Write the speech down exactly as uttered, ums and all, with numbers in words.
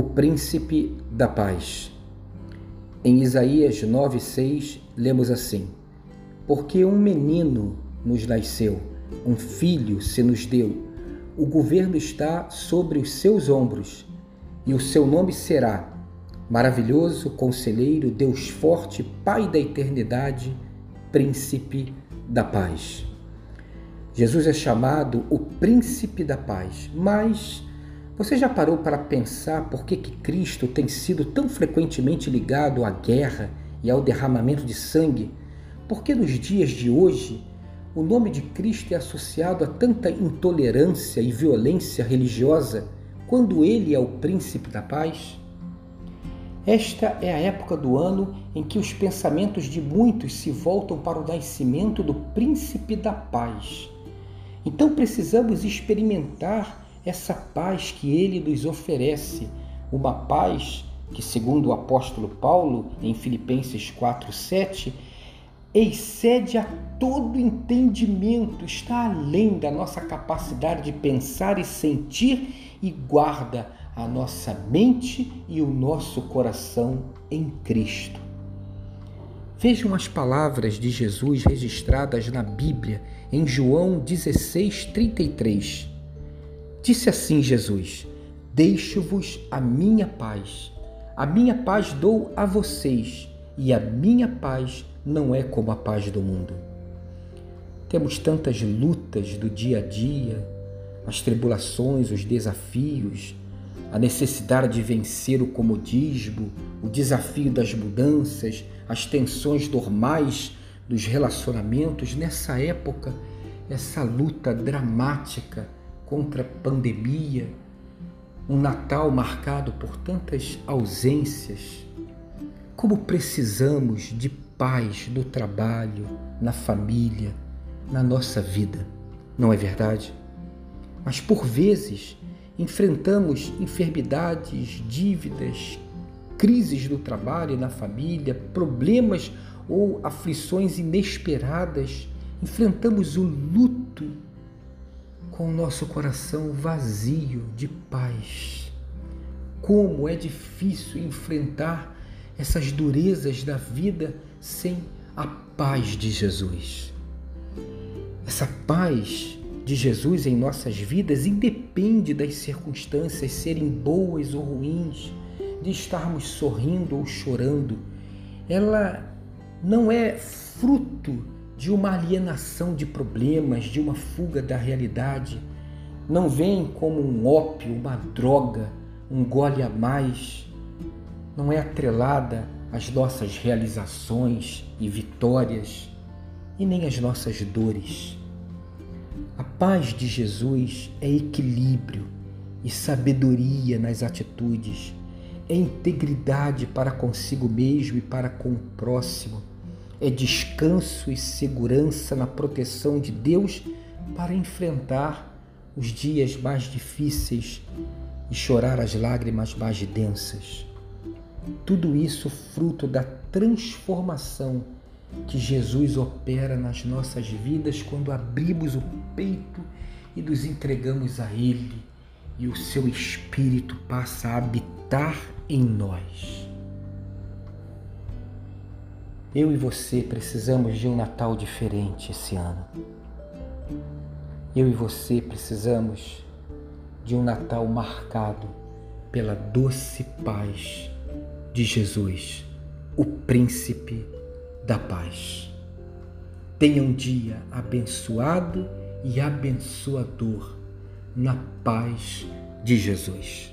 o príncipe da paz. Em Isaías nove, seis, lemos assim: Porque um menino nos nasceu, um filho se nos deu, o governo está sobre os seus ombros, e o seu nome será Maravilhoso, Conselheiro, Deus Forte, Pai da Eternidade, Príncipe da Paz. Jesus é chamado o Príncipe da Paz, mas você já parou para pensar por que, que Cristo tem sido tão frequentemente ligado à guerra e ao derramamento de sangue? Por que nos dias de hoje o nome de Cristo é associado a tanta intolerância e violência religiosa quando Ele é o Príncipe da Paz? Esta é a época do ano em que os pensamentos de muitos se voltam para o nascimento do Príncipe da Paz. Então precisamos experimentar essa paz que Ele nos oferece, uma paz que, segundo o apóstolo Paulo, em Filipenses quatro, sete, excede a todo entendimento, está além da nossa capacidade de pensar e sentir e guarda a nossa mente e o nosso coração em Cristo. Vejam as palavras de Jesus registradas na Bíblia, em João dezesseis, trinta e três. Disse assim Jesus: Deixo-vos a minha paz. A minha paz dou a vocês, e a minha paz não é como a paz do mundo. Temos tantas lutas do dia a dia, as tribulações, os desafios, a necessidade de vencer o comodismo, o desafio das mudanças, as tensões normais dos relacionamentos. Nessa época, essa luta dramática contra a pandemia, um Natal marcado por tantas ausências. Como precisamos de paz no trabalho, na família, na nossa vida, não é verdade? Mas por vezes enfrentamos enfermidades, dívidas, crises no trabalho e na família, problemas ou aflições inesperadas. Enfrentamos o luto com o nosso coração vazio de paz. Como é difícil enfrentar essas durezas da vida sem a paz de Jesus. Essa paz de Jesus em nossas vidas independe das circunstâncias serem boas ou ruins, de estarmos sorrindo ou chorando. Ela não é fruto de uma alienação de problemas, de uma fuga da realidade. Não vem como um ópio, uma droga, um gole a mais. Não é atrelada às nossas realizações e vitórias e nem às nossas dores. A paz de Jesus é equilíbrio e sabedoria nas atitudes, é integridade para consigo mesmo e para com o próximo, é descanso e segurança na proteção de Deus para enfrentar os dias mais difíceis e chorar as lágrimas mais densas. Tudo isso fruto da transformação que Jesus opera nas nossas vidas quando abrimos o peito e nos entregamos a Ele e o seu Espírito passa a habitar em nós. Eu e você precisamos de um Natal diferente esse ano. Eu e você precisamos de um Natal marcado pela doce paz de Jesus, o Príncipe da Paz. Tenha um dia abençoado e abençoador na paz de Jesus.